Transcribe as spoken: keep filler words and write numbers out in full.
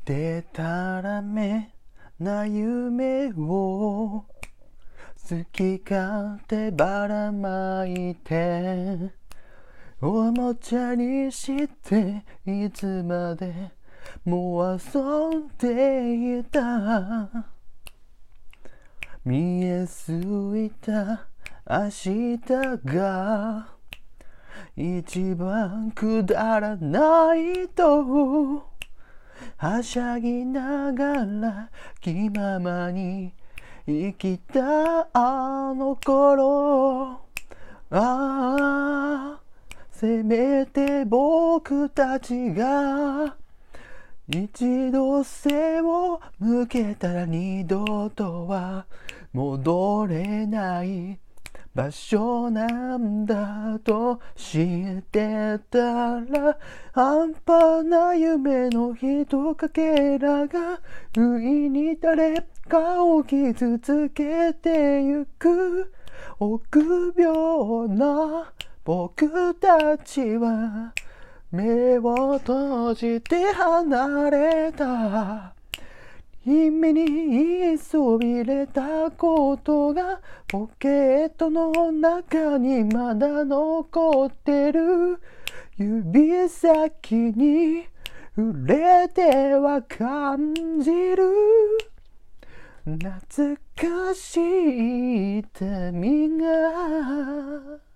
でたらめな夢を好き勝手ばらまいておもちゃにしていつまでも遊んでいた見えすいた明日が一番くだらないとはしゃぎながら気ままに生きたあの頃ああせめて僕たちが一度背を向けたら二度とは戻れない場所なんだと知ってたら半端な夢のひとかけらが不意に誰かを傷つけてゆく臆病な僕たちは目を閉じて離れた夢にそびれたことがポケットの中にまだ残ってる指先に触れては感じる懐かしい痛みが